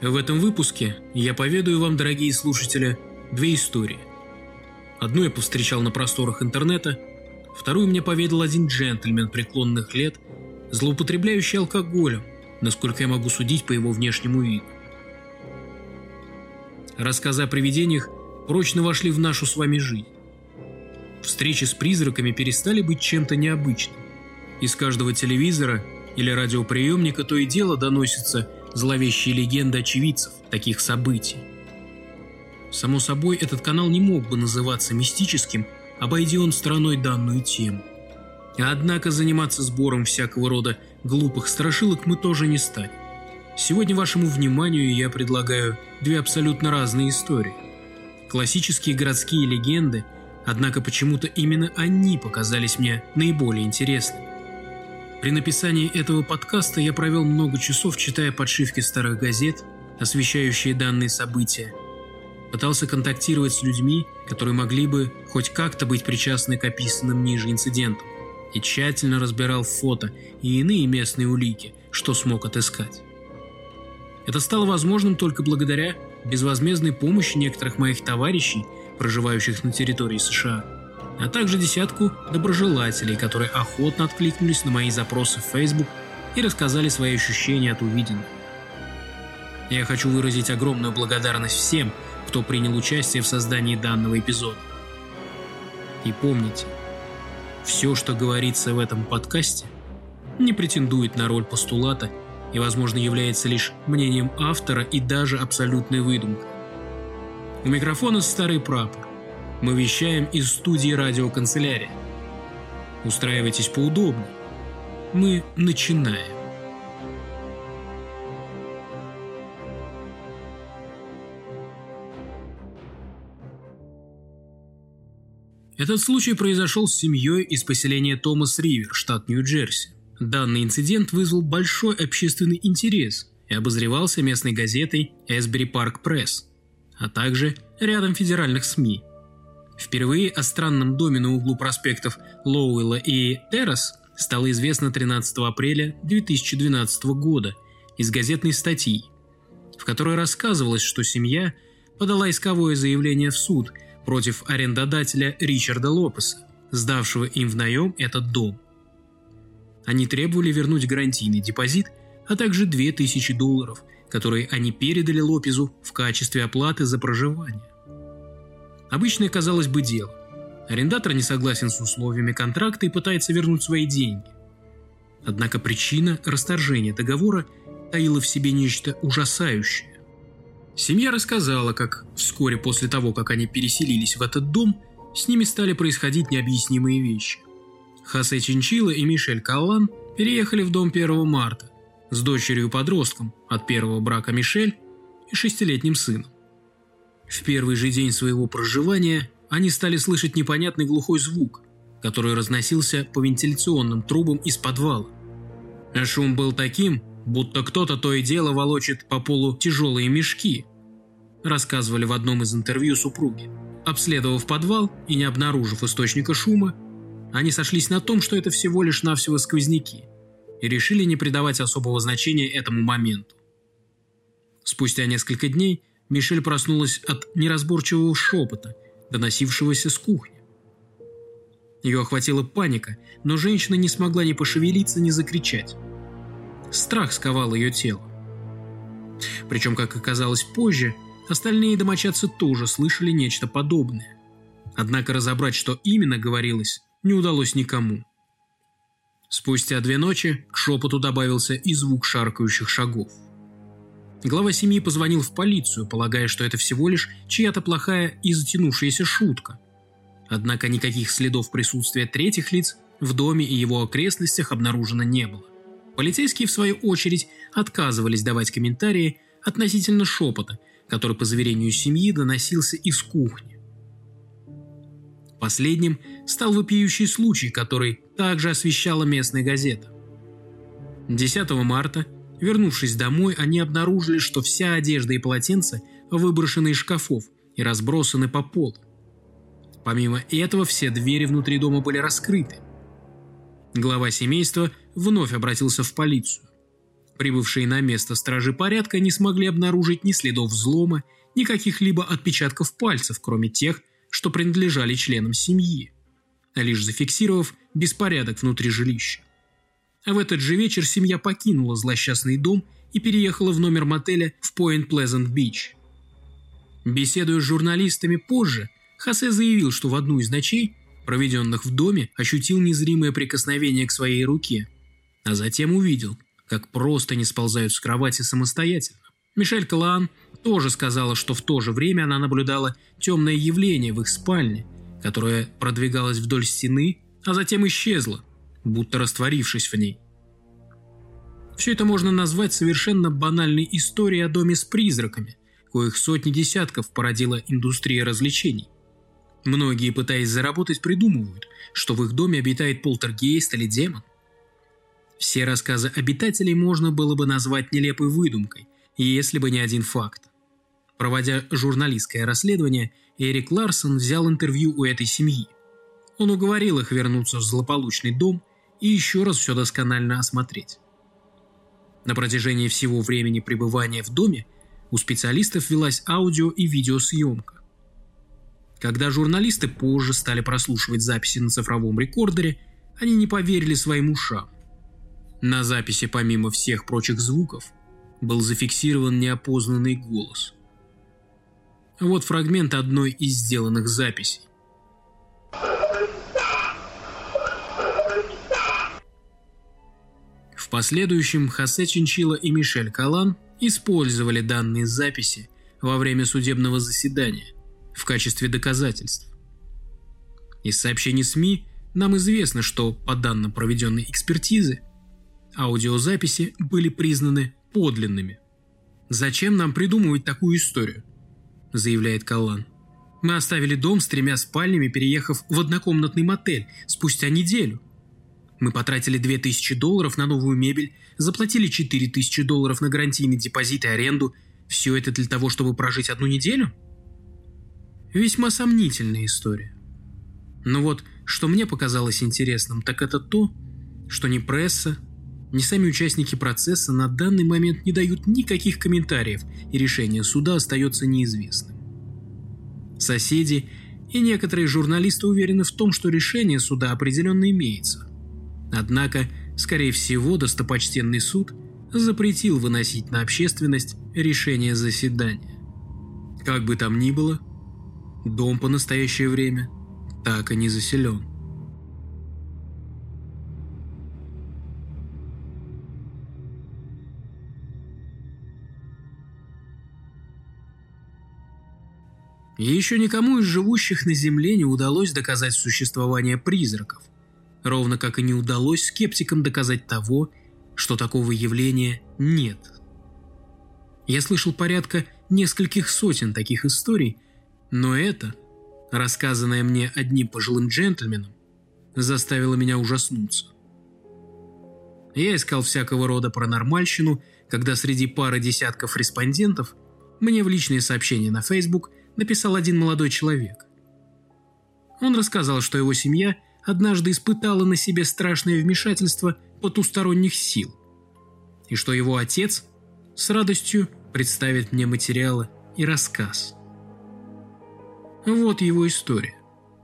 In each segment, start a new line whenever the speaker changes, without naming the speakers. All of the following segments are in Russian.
В этом выпуске я поведаю вам, дорогие слушатели, две истории. Одну я повстречал на просторах интернета, вторую мне поведал один джентльмен преклонных лет, злоупотребляющий алкоголем, насколько я могу судить по его внешнему виду. Рассказы о привидениях прочно вошли в нашу с вами жизнь. Встречи с призраками перестали быть чем-то необычным. Из каждого телевизора или радиоприемника то и дело доносятся зловещие легенды очевидцев таких событий. Само собой, этот канал не мог бы называться мистическим, обойди он стороной данную тему. Однако заниматься сбором всякого рода глупых страшилок мы тоже не станем. Сегодня вашему вниманию я предлагаю две абсолютно разные истории. Классические городские легенды, однако почему-то именно они показались мне наиболее интересными. При написании этого подкаста я провел много часов, читая подшивки старых газет, освещающие данные события. Пытался контактировать с людьми, которые могли бы хоть как-то быть причастны к описанным ниже инцидентам, и тщательно разбирал фото и иные местные улики, что смог отыскать. Это стало возможным только благодаря безвозмездной помощи некоторых моих товарищей, проживающих на территории США, а также десятку доброжелателей, которые охотно откликнулись на мои запросы в Facebook и рассказали свои ощущения от увиденного. Я хочу выразить огромную благодарность всем, кто принял участие в создании данного эпизода. И помните, все, что говорится в этом подкасте, не претендует на роль постулата и, возможно, является лишь мнением автора и даже абсолютной выдумкой. У микрофона старый прапор. Мы вещаем из студии радиоканцелярия. Устраивайтесь поудобнее. Мы начинаем. Этот случай произошел с семьей из поселения Томас-Ривер, штат Нью-Джерси. Данный инцидент вызвал большой общественный интерес и обозревался местной газетой Эсбери Парк Пресс, а также рядом федеральных СМИ. Впервые о странном доме на углу проспектов Лоуэлла и Террас стало известно 13 апреля 2012 года из газетной статьи, в которой рассказывалось, что семья подала исковое заявление в суд против арендодателя Ричарда Лопеса, сдавшего им в наем этот дом. Они требовали вернуть гарантийный депозит, а также $2000, которые они передали Лопезу в качестве оплаты за проживание. Обычное, казалось бы, дело. Арендатор не согласен с условиями контракта и пытается вернуть свои деньги. Однако причина расторжения договора таила в себе нечто ужасающее. Семья рассказала, как вскоре после того, как они переселились в этот дом, с ними стали происходить необъяснимые вещи. Хосе Чинчилла и Мишель Каллан переехали в дом 1 марта с дочерью-подростком от первого брака Мишель и 6-летним сыном. В первый же день своего проживания они стали слышать непонятный глухой звук, который разносился по вентиляционным трубам из подвала. Шум был таким, будто кто-то то и дело волочит по полу тяжелые мешки, рассказывали в одном из интервью супруги. Обследовав подвал и не обнаружив источника шума, они сошлись на том, что это всего лишь навсего сквозняки, и решили не придавать особого значения этому моменту. Спустя несколько дней Мишель проснулась от неразборчивого шепота, доносившегося с кухни. Ее охватила паника, но женщина не смогла ни пошевелиться, ни закричать. Страх сковал ее тело. Причем, как оказалось позже, остальные домочадцы тоже слышали нечто подобное. Однако разобрать, что именно говорилось, не удалось никому. Спустя 2 ночи к шепоту добавился и звук шаркающих шагов. Глава семьи позвонил в полицию, полагая, что это всего лишь чья-то плохая и затянувшаяся шутка. Однако никаких следов присутствия третьих лиц в доме и его окрестностях обнаружено не было. Полицейские, в свою очередь, отказывались давать комментарии относительно шепота, который, по заверению семьи, доносился из кухни. Последним стал вопиющий случай, который также освещала местная газета. 10 марта, вернувшись домой, они обнаружили, что вся одежда и полотенца выброшены из шкафов и разбросаны по полу. Помимо этого, все двери внутри дома были раскрыты. Глава семейства вновь обратился в полицию. Прибывшие на место стражи порядка не смогли обнаружить ни следов взлома, ни каких-либо отпечатков пальцев, кроме тех, что принадлежали членам семьи, лишь зафиксировав беспорядок внутри жилища. А в этот же вечер семья покинула злосчастный дом и переехала в номер мотеля в Point Pleasant Beach. Беседуя с журналистами позже, Хосе заявил, что в одну из ночей, проведенных в доме, ощутил незримое прикосновение к своей руке, а затем увидел, как просто не сползают с кровати самостоятельно. Мишель Каллаан тоже сказала, что в то же время она наблюдала темное явление в их спальне, которое продвигалось вдоль стены, а затем исчезло, будто растворившись в ней. Все это можно назвать совершенно банальной историей о доме с призраками, коих сотни десятков породила индустрия развлечений. Многие, пытаясь заработать, придумывают, что в их доме обитает полтергейст или демон. Все рассказы обитателей можно было бы назвать нелепой выдумкой, если бы не один факт. Проводя журналистское расследование, Эрик Ларсон взял интервью у этой семьи. Он уговорил их вернуться в злополучный дом и еще раз все досконально осмотреть. На протяжении всего времени пребывания в доме у специалистов велась аудио- и видеосъемка. Когда журналисты позже стали прослушивать записи на цифровом рекордере, они не поверили своим ушам. На записи, помимо всех прочих звуков, был зафиксирован неопознанный голос. Вот фрагмент одной из сделанных записей. В последующем Хосе Чинчилла и Мишель Каллаан использовали данные записи во время судебного заседания в качестве доказательств. Из сообщений СМИ нам известно, что по данным проведенной экспертизы, аудиозаписи были признаны подлинными. «Зачем нам придумывать такую историю?» – заявляет Каллаан. «Мы оставили дом с 3 спальнями, переехав в однокомнатный мотель спустя неделю. Мы потратили $2000 на новую мебель, заплатили $4000 на гарантийный депозит и аренду. Все это для того, чтобы прожить 1 неделю?» Весьма сомнительная история. Но вот, что мне показалось интересным, так это то, что ни пресса, ни сами участники процесса на данный момент не дают никаких комментариев, и решение суда остается неизвестным. Соседи и некоторые журналисты уверены в том, что решение суда определенно имеется. Однако, скорее всего, достопочтенный суд запретил выносить на общественность решение заседания. Как бы там ни было, дом по настоящее время так и не заселен. И еще никому из живущих на Земле не удалось доказать существование призраков, ровно как и не удалось скептикам доказать того, что такого явления нет. Я слышал порядка нескольких сотен таких историй, но это, рассказанное мне одним пожилым джентльменом, заставило меня ужаснуться. Я искал всякого рода паранормальщину, когда среди пары десятков респондентов мне в личные сообщения на Facebook написал один молодой человек. Он рассказал, что его семья однажды испытала на себе страшное вмешательство потусторонних сил, и что его отец с радостью представит мне материалы и рассказ. Вот его история.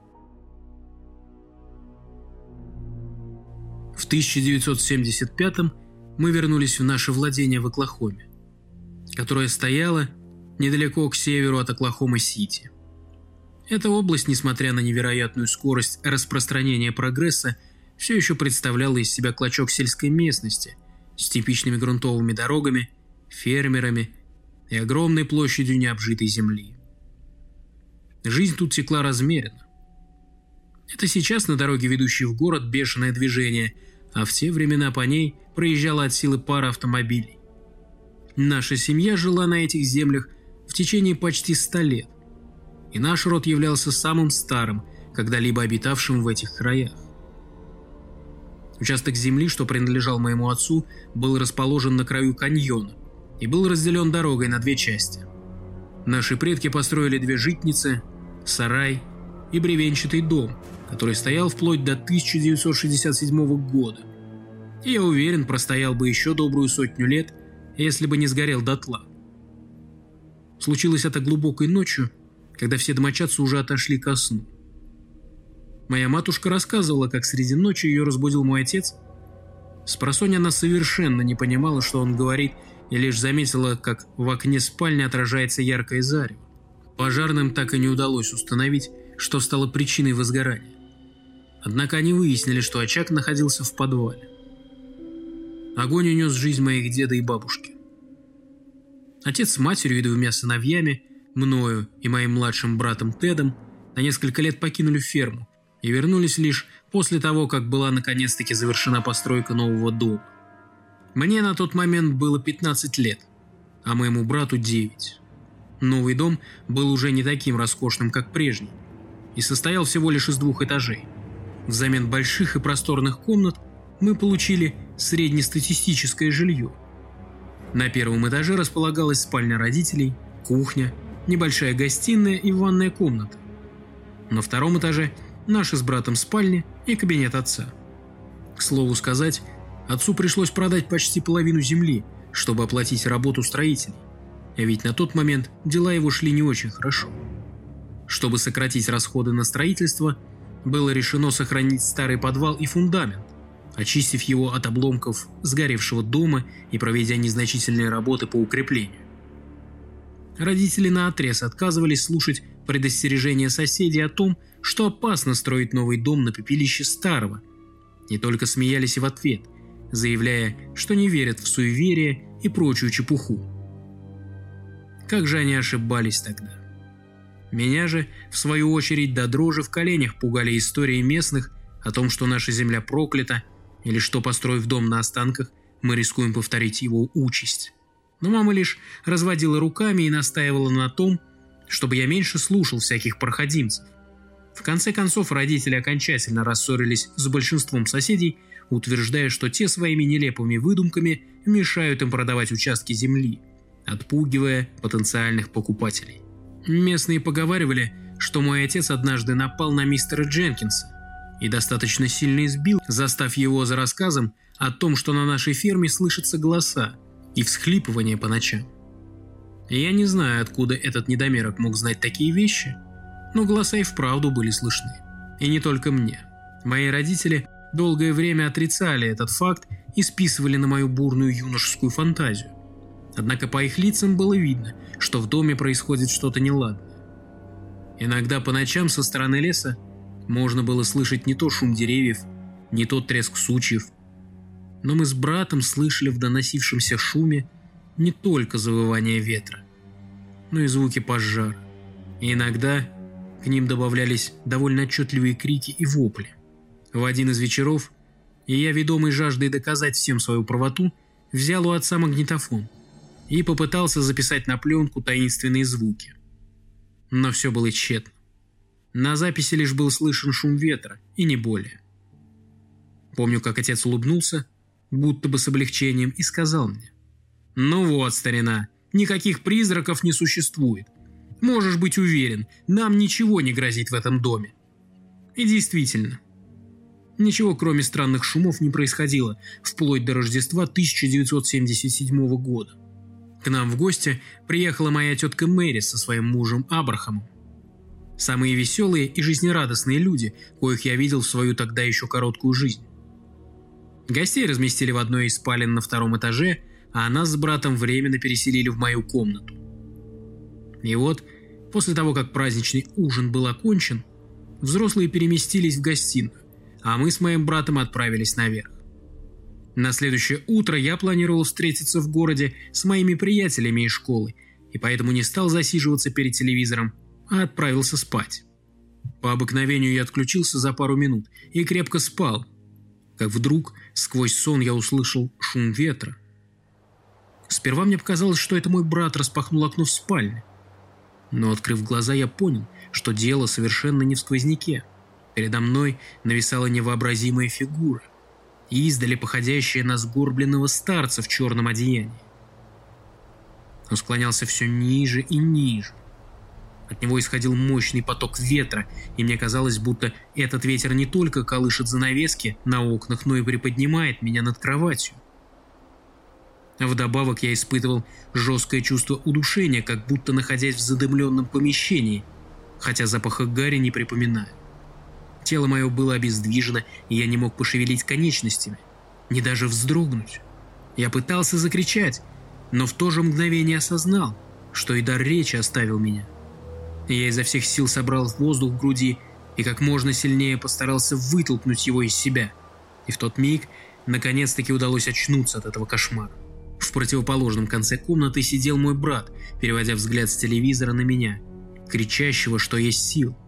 В 1975-м мы вернулись в наше владение в Оклахоме, которое стояло недалеко к северу от Оклахома-Сити. Эта область, несмотря на невероятную скорость распространения прогресса, все еще представляла из себя клочок сельской местности с типичными грунтовыми дорогами, фермерами и огромной площадью необжитой земли. Жизнь тут текла размеренно. Это сейчас на дороге, ведущей в город, бешеное движение, а в те времена по ней проезжала от силы пара автомобилей. Наша семья жила на этих землях в течение почти 100 лет, и наш род являлся самым старым, когда-либо обитавшим в этих краях. Участок земли, что принадлежал моему отцу, был расположен на краю каньона и был разделен дорогой на 2 части. Наши предки построили 2 житницы, сарай и бревенчатый дом, который стоял вплоть до 1967 года. и я уверен, простоял бы еще добрую 100 лет, если бы не сгорел дотла. Случилось это глубокой ночью, когда все домочадцы уже отошли ко сну. Моя матушка рассказывала, как среди ночи ее разбудил мой отец. Спросонья она совершенно не понимала, что он говорит, и лишь заметила, как в окне спальни отражается яркое зарево. Пожарным так и не удалось установить, что стало причиной возгорания. Однако они выяснили, что очаг находился в подвале. Огонь унес жизнь моих деда и бабушки. Отец с матерью и 2 сыновьями, мною и моим младшим братом Тедом, на несколько лет покинули ферму и вернулись лишь после того, как была наконец-таки завершена постройка нового дома. Мне на тот момент было 15 лет, а моему брату 9. Новый дом был уже не таким роскошным, как прежний, и состоял всего лишь из 2 этажей. Взамен больших и просторных комнат мы получили среднестатистическое жилье. На 1-м этаже располагалась спальня родителей, кухня, небольшая гостиная и ванная комната. На 2-м этаже наши с братом спальни и кабинет отца. К слову сказать, отцу пришлось продать почти половину земли, чтобы оплатить работу строителей, а ведь на тот момент дела его шли не очень хорошо. Чтобы сократить расходы на строительство, было решено сохранить старый подвал и фундамент, очистив его от обломков сгоревшего дома и проведя незначительные работы по укреплению. Родители наотрез отказывались слушать предостережения соседей о том, что опасно строить новый дом на пепелище старого, и только смеялись и в ответ, заявляя, что не верят в суеверие и прочую чепуху. Как же они ошибались тогда? Меня же, в свою очередь, до дрожи в коленях пугали истории местных о том, что наша земля проклята, или что, построив дом на останках, мы рискуем повторить его участь. Но мама лишь разводила руками и настаивала на том, чтобы я меньше слушал всяких проходимцев. В конце концов, родители окончательно рассорились с большинством соседей, утверждая, что те своими нелепыми выдумками мешают им продавать участки земли, отпугивая потенциальных покупателей. Местные поговаривали, что мой отец однажды напал на мистера Дженкинса и достаточно сильно избил, застав его за рассказом о том, что на нашей ферме слышатся голоса и всхлипывания по ночам. Я не знаю, откуда этот недомерок мог знать такие вещи, но голоса и вправду были слышны. И не только мне. Мои родители долгое время отрицали этот факт и списывали на мою бурную юношескую фантазию. Однако по их лицам было видно, что в доме происходит что-то неладное. Иногда по ночам со стороны леса можно было слышать не то шум деревьев, не то треск сучьев. Но мы с братом слышали в доносившемся шуме не только завывание ветра, но и звуки пожара. И иногда к ним добавлялись довольно отчетливые крики и вопли. В один из вечеров я, ведомый жаждой доказать всем свою правоту, взял у отца магнитофон и попытался записать на пленку таинственные звуки. Но все было тщетно. На записи лишь был слышен шум ветра, и не более. Помню, как отец улыбнулся, будто бы с облегчением, и сказал мне: «Ну вот, старина, никаких призраков не существует. Можешь быть уверен, нам ничего не грозит в этом доме». И действительно, ничего кроме странных шумов не происходило вплоть до Рождества 1977 года. К нам в гости приехала моя тетка Мэри со своим мужем Абрахамом. Самые веселые и жизнерадостные люди, коих я видел в свою тогда еще короткую жизнь. Гостей разместили в одной из спален на 2-м этаже, а нас с братом временно переселили в мою комнату. И вот, после того, как праздничный ужин был окончен, взрослые переместились в гостиную, а мы с моим братом отправились наверх. На следующее утро я планировал встретиться в городе с моими приятелями из школы, и поэтому не стал засиживаться перед телевизором, а отправился спать. По обыкновению я отключился за пару минут и крепко спал, как вдруг сквозь сон я услышал шум ветра. Сперва мне показалось, что это мой брат распахнул окно в спальне. Но, открыв глаза, я понял, что дело совершенно не в сквозняке. Передо мной нависала невообразимая фигура, издали походящая на сгорбленного старца в черном одеянии. Он склонялся все ниже и ниже. От него исходил мощный поток ветра, и мне казалось, будто этот ветер не только колышет занавески на окнах, но и приподнимает меня над кроватью. Вдобавок я испытывал жесткое чувство удушения, как будто находясь в задымленном помещении, хотя запаха гари не припоминаю. Тело мое было обездвижено, и я не мог пошевелить конечностями, ни даже вздрогнуть. Я пытался закричать, но в то же мгновение осознал, что и дар речи оставил меня. Я изо всех сил собрал воздух в груди и как можно сильнее постарался вытолкнуть его из себя. И в тот миг наконец-таки удалось очнуться от этого кошмара. В противоположном конце комнаты сидел мой брат, переводя взгляд с телевизора на меня, кричащего, что есть сил.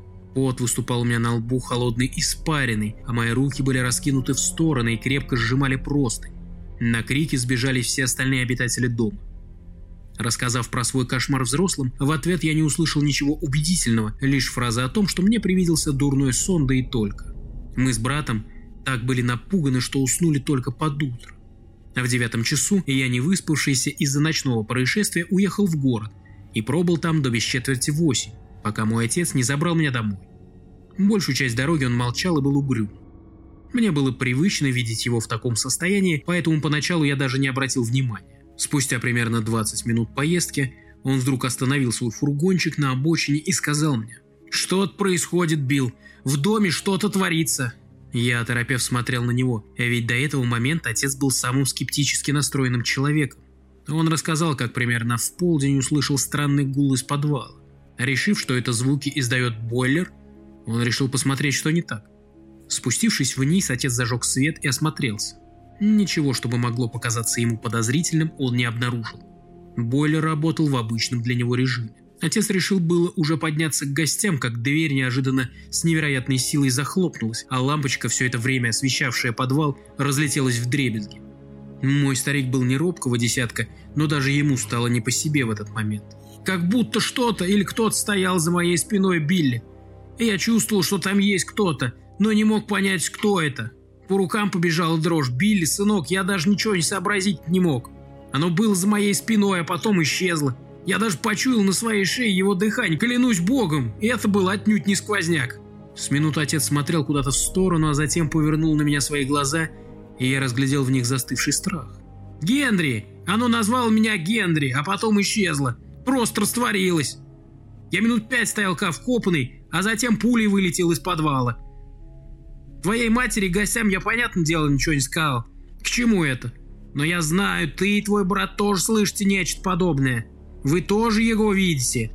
Пот выступал у меня на лбу холодной испариной, а мои руки были раскинуты в стороны и крепко сжимали простынь. На крики сбежали все остальные обитатели дома. Рассказав про свой кошмар взрослым, в ответ я не услышал ничего убедительного, лишь фраза о том, что мне привиделся дурной сон, да и только. Мы с братом так были напуганы, что уснули только под утро. А в 9 часу я, не выспавшийся из-за ночного происшествия, уехал в город и пробыл там до без четверти 8, пока мой отец не забрал меня домой. Большую часть дороги он молчал и был угрюм. Мне было привычно видеть его в таком состоянии, поэтому поначалу я даже не обратил внимания. Спустя примерно 20 минут поездки он вдруг остановил свой фургончик на обочине и сказал мне: «Что-то происходит, Билл, в доме что-то творится». Я, оторопев, смотрел на него, а ведь до этого момента отец был самым скептически настроенным человеком. Он рассказал, как примерно в полдень услышал странный гул из подвала. Решив, что это звуки издает бойлер, он решил посмотреть, что не так. Спустившись вниз, отец зажег свет и осмотрелся. Ничего, чтобы могло показаться ему подозрительным, он не обнаружил. Бойлер работал в обычном для него режиме. Отец решил было уже подняться к гостям, как дверь неожиданно с невероятной силой захлопнулась, а лампочка, все это время освещавшая подвал, разлетелась вдребезги. Мой старик был не робкого десятка, но даже ему стало не по себе в этот момент. Как будто что-то или кто-то стоял за моей спиной, Билли. И я чувствовал, что там есть кто-то, но не мог понять, кто это. По рукам побежала дрожь. «Билли, сынок, я даже ничего не сообразить не мог. Оно было за моей спиной, а потом исчезло. Я даже почуял на своей шее его дыхание, клянусь богом, и это был отнюдь не сквозняк». С минуту отец смотрел куда-то в сторону, а затем повернул на меня свои глаза, и я разглядел в них застывший страх. «Генри! Оно назвало меня Генри, а потом исчезло. Просто растворилось. Я минут 5 стоял как вкопанный, а затем пулей вылетел из подвала. Твоей матери и гостям я, понятное дело, ничего не сказал. К чему это? Но я знаю, ты и твой брат тоже слышите нечто подобное. Вы тоже его видите?»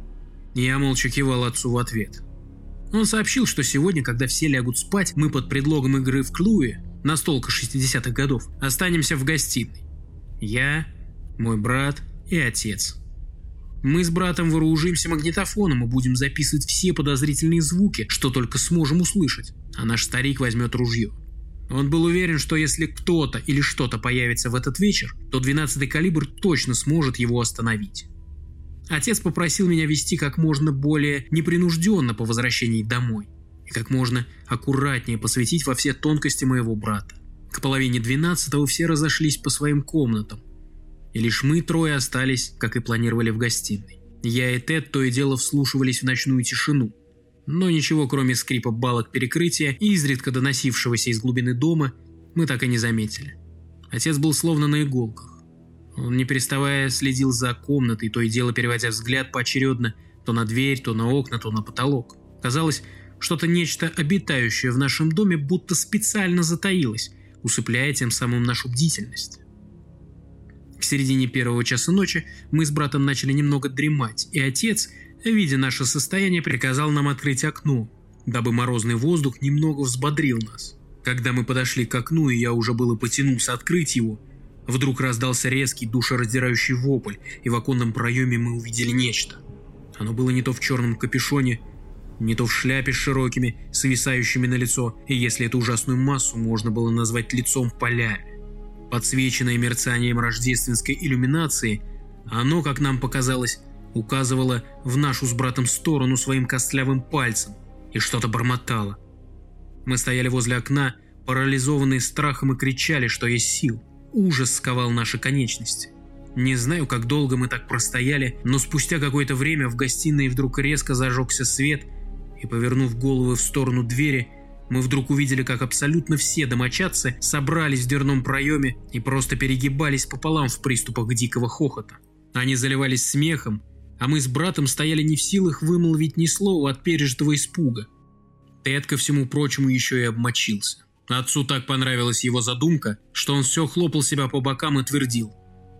Я молча кивал отцу в ответ. Он сообщил, что сегодня, когда все лягут спать, мы под предлогом игры в Клуи, настолка 60-х годов, останемся в гостиной. Я, мой брат и отец. Мы с братом вооружимся магнитофоном и будем записывать все подозрительные звуки, что только сможем услышать, а наш старик возьмет ружье. Он был уверен, что если кто-то или что-то появится в этот вечер, то 12-й калибр точно сможет его остановить. Отец попросил меня вести как можно более непринужденно по возвращении домой и как можно аккуратнее посвятить во все тонкости моего брата. К половине 12-го все разошлись по своим комнатам, и лишь мы трое остались, как и планировали, в гостиной. Я и Тед то и дело вслушивались в ночную тишину, но ничего, кроме скрипа балок перекрытия и изредка доносившегося из глубины дома, мы так и не заметили. Отец был словно на иголках. Он, не переставая, следил за комнатой, то и дело переводя взгляд поочередно то на дверь, то на окна, то на потолок. Казалось, что-то нечто обитающее в нашем доме будто специально затаилось, усыпляя тем самым нашу бдительность. К середине 1 часа ночи мы с братом начали немного дремать, и отец, видя наше состояние, приказал нам открыть окно, дабы морозный воздух немного взбодрил нас. Когда мы подошли к окну, и я уже было потянулся открыть его, вдруг раздался резкий душераздирающий вопль, и в оконном проеме мы увидели нечто. Оно было не то в черном капюшоне, не то в шляпе с широкими, свисающими на лицо, и если эту ужасную массу можно было назвать лицом в поляме. Подсвеченное мерцанием рождественской иллюминации, оно, как нам показалось, указывало в нашу с братом сторону своим костлявым пальцем и что-то бормотало. Мы стояли возле окна, парализованные страхом, и кричали, что есть сил. Ужас сковал наши конечности. Не знаю, как долго мы так простояли, но спустя какое-то время в гостиной вдруг резко зажегся свет, и, повернув головы в сторону двери, мы вдруг увидели, как абсолютно все домочадцы собрались в дверном проеме и просто перегибались пополам в приступах дикого хохота. Они заливались смехом, а мы с братом стояли не в силах вымолвить ни слова от пережитого испуга. Тед, ко всему прочему, еще и обмочился. Отцу так понравилась его задумка, что он все хлопал себя по бокам и твердил: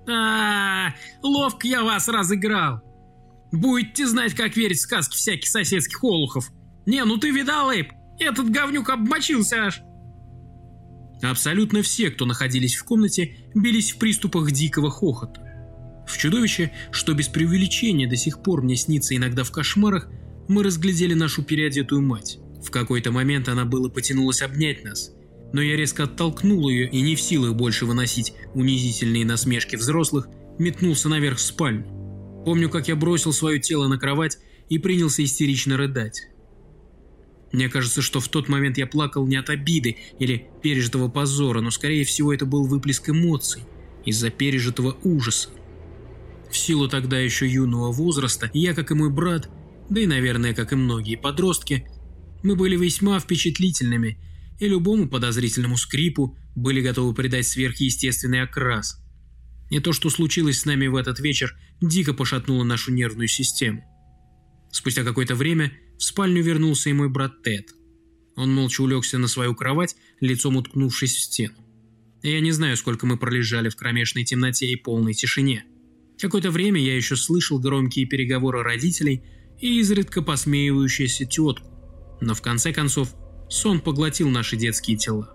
ловко я вас разыграл. Будете знать, как верить в сказки всяких соседских олухов. Не, ну ты видал, Эйб? Этот говнюк обмочился аж. Абсолютно все, кто находились в комнате, бились в приступах дикого хохота. В чудовище, что без преувеличения до сих пор мне снится иногда в кошмарах, мы разглядели нашу переодетую мать. В какой-то момент она было потянулась обнять нас, но я резко оттолкнул ее и, не в силах больше выносить унизительные насмешки взрослых, метнулся наверх в спальню. Помню, как я бросил свое тело на кровать и принялся истерично рыдать. Мне кажется, что в тот момент я плакал не от обиды или пережитого позора, но, скорее всего, это был выплеск эмоций из-за пережитого ужаса. В силу тогда еще юного возраста, я, как и мой брат, да и, наверное, как и многие подростки, мы были весьма впечатлительными и любому подозрительному скрипу были готовы придать сверхъестественный окрас. И то, что случилось с нами в этот вечер, дико пошатнуло нашу нервную систему. Спустя какое-то время в спальню вернулся и мой брат Тед. Он молча улегся на свою кровать, лицом уткнувшись в стену. И я не знаю, сколько мы пролежали в кромешной темноте и полной тишине. Какое-то время я еще слышал громкие переговоры родителей и изредка посмеивающуюся тетку, но в конце концов сон поглотил наши детские тела.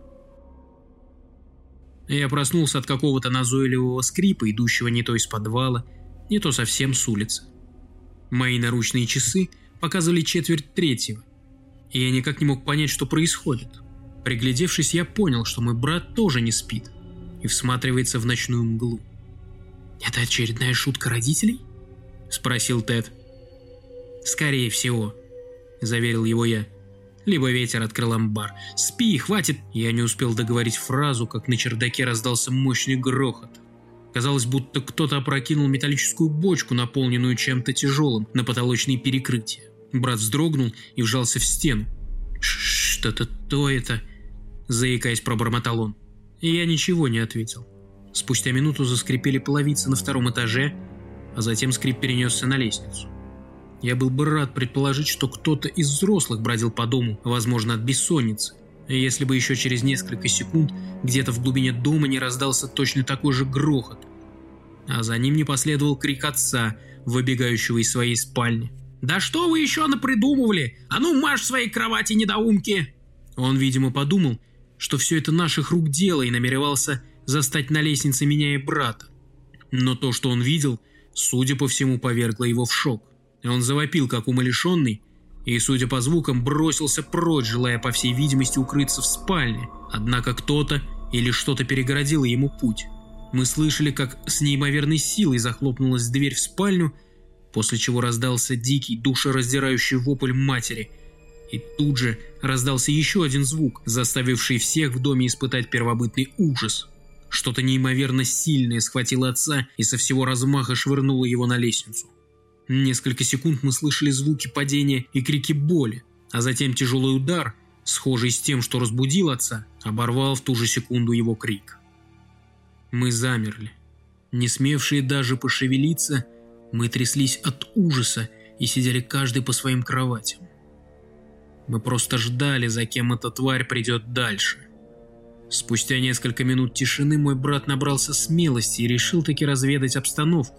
Я проснулся от какого-то назойливого скрипа, идущего не то из подвала, не то совсем с улицы. Мои наручные часы показывали 2:45, и я никак не мог понять, что происходит. Приглядевшись, я понял, что мой брат тоже не спит и всматривается в ночную мглу. «Это очередная шутка родителей?» – спросил Тед. «Скорее всего», – заверил его я. Либо ветер открыл амбар. «Спи, хватит!» Я не успел договорить фразу, как на чердаке раздался мощный грохот. Казалось, будто кто-то опрокинул металлическую бочку, наполненную чем-то тяжелым, на потолочные перекрытия. Брат вздрогнул и вжался в стену. «Что-то то это?» – заикаясь, пробормотал он. И я ничего не ответил. Спустя минуту заскрипели половицы на втором этаже, а затем скрип перенесся на лестницу. Я был бы рад предположить, что кто-то из взрослых бродил по дому, возможно, от бессонницы, если бы еще через несколько секунд где-то в глубине дома не раздался точно такой же грохот, а за ним не последовал крик отца, выбегающего из своей спальни. «Да что вы еще напридумывали? А ну марш в своей кровати, недоумки!» Он, видимо, подумал, что все это наших рук дело, и намеревался застать на лестнице меня и брата. Но то, что он видел, судя по всему, повергло его в шок. Он завопил, как умалишенный, и, судя по звукам, бросился прочь, желая, по всей видимости, укрыться в спальне. Однако кто-то или что-то перегородило ему путь. Мы слышали, как с неимоверной силой захлопнулась дверь в спальню, после чего раздался дикий, душераздирающий вопль матери. И тут же раздался еще один звук, заставивший всех в доме испытать первобытный ужас. Что-то неимоверно сильное схватило отца и со всего размаха швырнуло его на лестницу. Несколько секунд мы слышали звуки падения и крики боли, а затем тяжелый удар, схожий с тем, что разбудил отца, оборвал в ту же секунду его крик. Мы замерли. Не смевшие даже пошевелиться, мы тряслись от ужаса и сидели каждый по своим кроватям. Мы просто ждали, за кем эта тварь придет дальше. Спустя несколько минут тишины мой брат набрался смелости и решил таки разведать обстановку.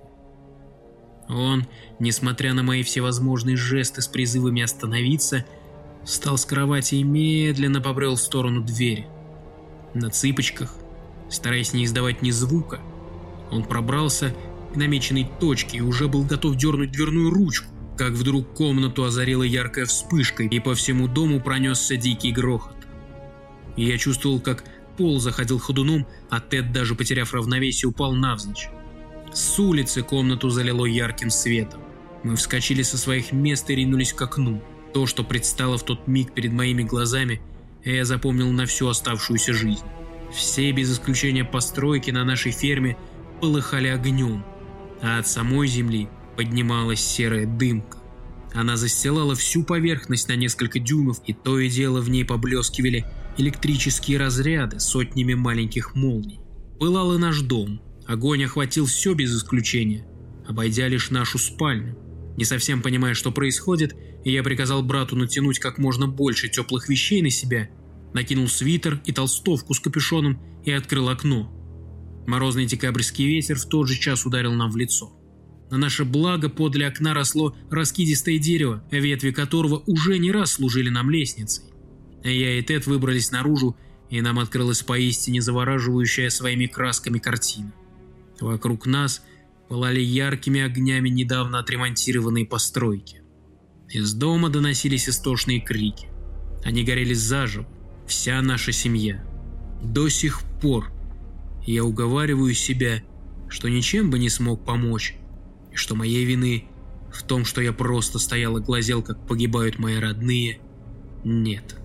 Он, несмотря на мои всевозможные жесты с призывами остановиться, встал с кровати и медленно побрел в сторону двери. На цыпочках, стараясь не издавать ни звука, он пробрался к намеченной точке и уже был готов дернуть дверную ручку, как вдруг комнату озарила яркая вспышка, и по всему дому пронесся дикий грохот. И я чувствовал, как пол заходил ходуном, а Тед, даже потеряв равновесие, упал навзничь. С улицы комнату залило ярким светом. Мы вскочили со своих мест и ринулись к окну. То, что предстало в тот миг перед моими глазами, я запомнил на всю оставшуюся жизнь. Все без исключения постройки на нашей ферме полыхали огнем, а от самой земли поднималась серая дымка. Она застилала всю поверхность на несколько дюймов, и то и дело в ней поблескивали электрические разряды сотнями маленьких молний. Пылал и наш дом. Огонь охватил все без исключения, обойдя лишь нашу спальню. Не совсем понимая, что происходит, я приказал брату натянуть как можно больше теплых вещей на себя, накинул свитер и толстовку с капюшоном и открыл окно. Морозный декабрьский ветер в тот же час ударил нам в лицо. На наше благо подле окна росло раскидистое дерево, ветви которого уже не раз служили нам лестницей. Я и Тед выбрались наружу, и нам открылась поистине завораживающая своими красками картина. Вокруг нас пылали яркими огнями недавно отремонтированные постройки. Из дома доносились истошные крики. Они горели заживо, вся наша семья. До сих пор я уговариваю себя, что ничем бы не смог помочь, и что моей вины в том, что я просто стоял и глазел, как погибают мои родные, нет.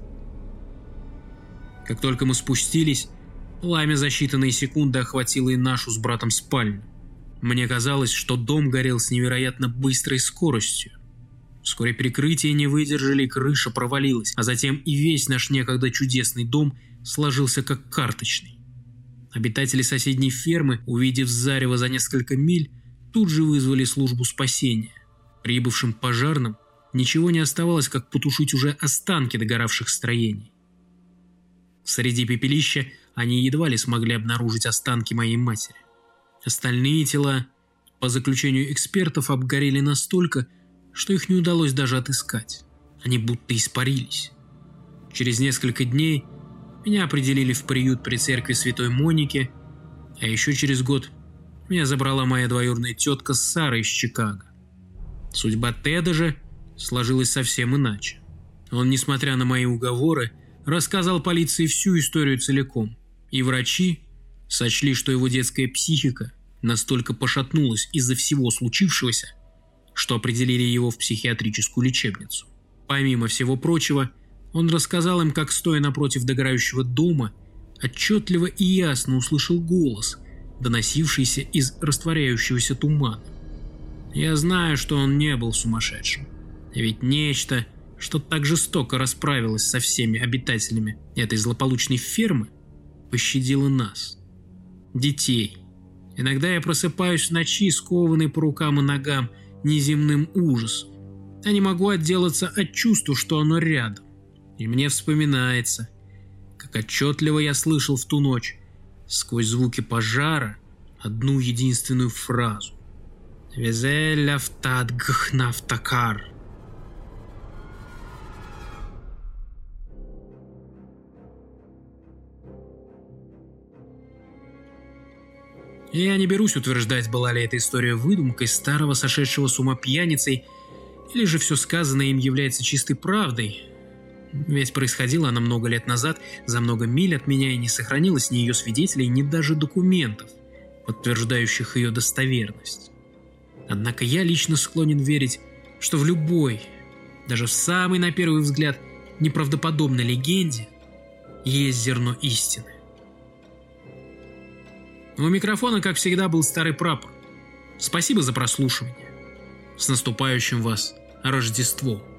Как только мы спустились, пламя за считанные секунды охватило и нашу с братом спальню. Мне казалось, что дом горел с невероятно быстрой скоростью. Вскоре перекрытия не выдержали, и крыша провалилась, а затем и весь наш некогда чудесный дом сложился как карточный. Обитатели соседней фермы, увидев зарево за несколько миль, тут же вызвали службу спасения. Прибывшим пожарным ничего не оставалось, как потушить уже останки догоравших строений. Среди пепелища они едва ли смогли обнаружить останки моей матери. Остальные тела, по заключению экспертов, обгорели настолько, что их не удалось даже отыскать. Они будто испарились. Через несколько дней меня определили в приют при церкви Святой Моники, а еще через год меня забрала моя двоюродная тетка Сара из Чикаго. Судьба Теда же сложилась совсем иначе. Он, несмотря на мои уговоры, рассказал полиции всю историю целиком, и врачи сочли, что его детская психика настолько пошатнулась из-за всего случившегося, что определили его в психиатрическую лечебницу. Помимо всего прочего, он рассказал им, как, стоя напротив догорающего дома, отчетливо и ясно услышал голос, доносившийся из растворяющегося тумана. Я знаю, что он не был сумасшедшим, ведь нечто, что так жестоко расправилось со всеми обитателями этой злополучной фермы, пощадило нас, детей. Иногда я просыпаюсь в ночи, скованный по рукам и ногам неземным ужасом. Я не могу отделаться от чувства, что оно рядом. И мне вспоминается, как отчетливо я слышал в ту ночь, сквозь звуки пожара, одну единственную фразу: «Везель автад гхнафтакар». Я не берусь утверждать, была ли эта история выдумкой старого сошедшего с ума пьяницей, или же все сказанное им является чистой правдой. Ведь происходила она много лет назад, за много миль от меня, и не сохранилось ни ее свидетелей, ни даже документов, подтверждающих ее достоверность. Однако я лично склонен верить, что в любой, даже в самой на первый взгляд неправдоподобной легенде есть зерно истины. У микрофона, как всегда, был Старый Прапор. Спасибо за прослушивание. С наступающим вас Рождеством!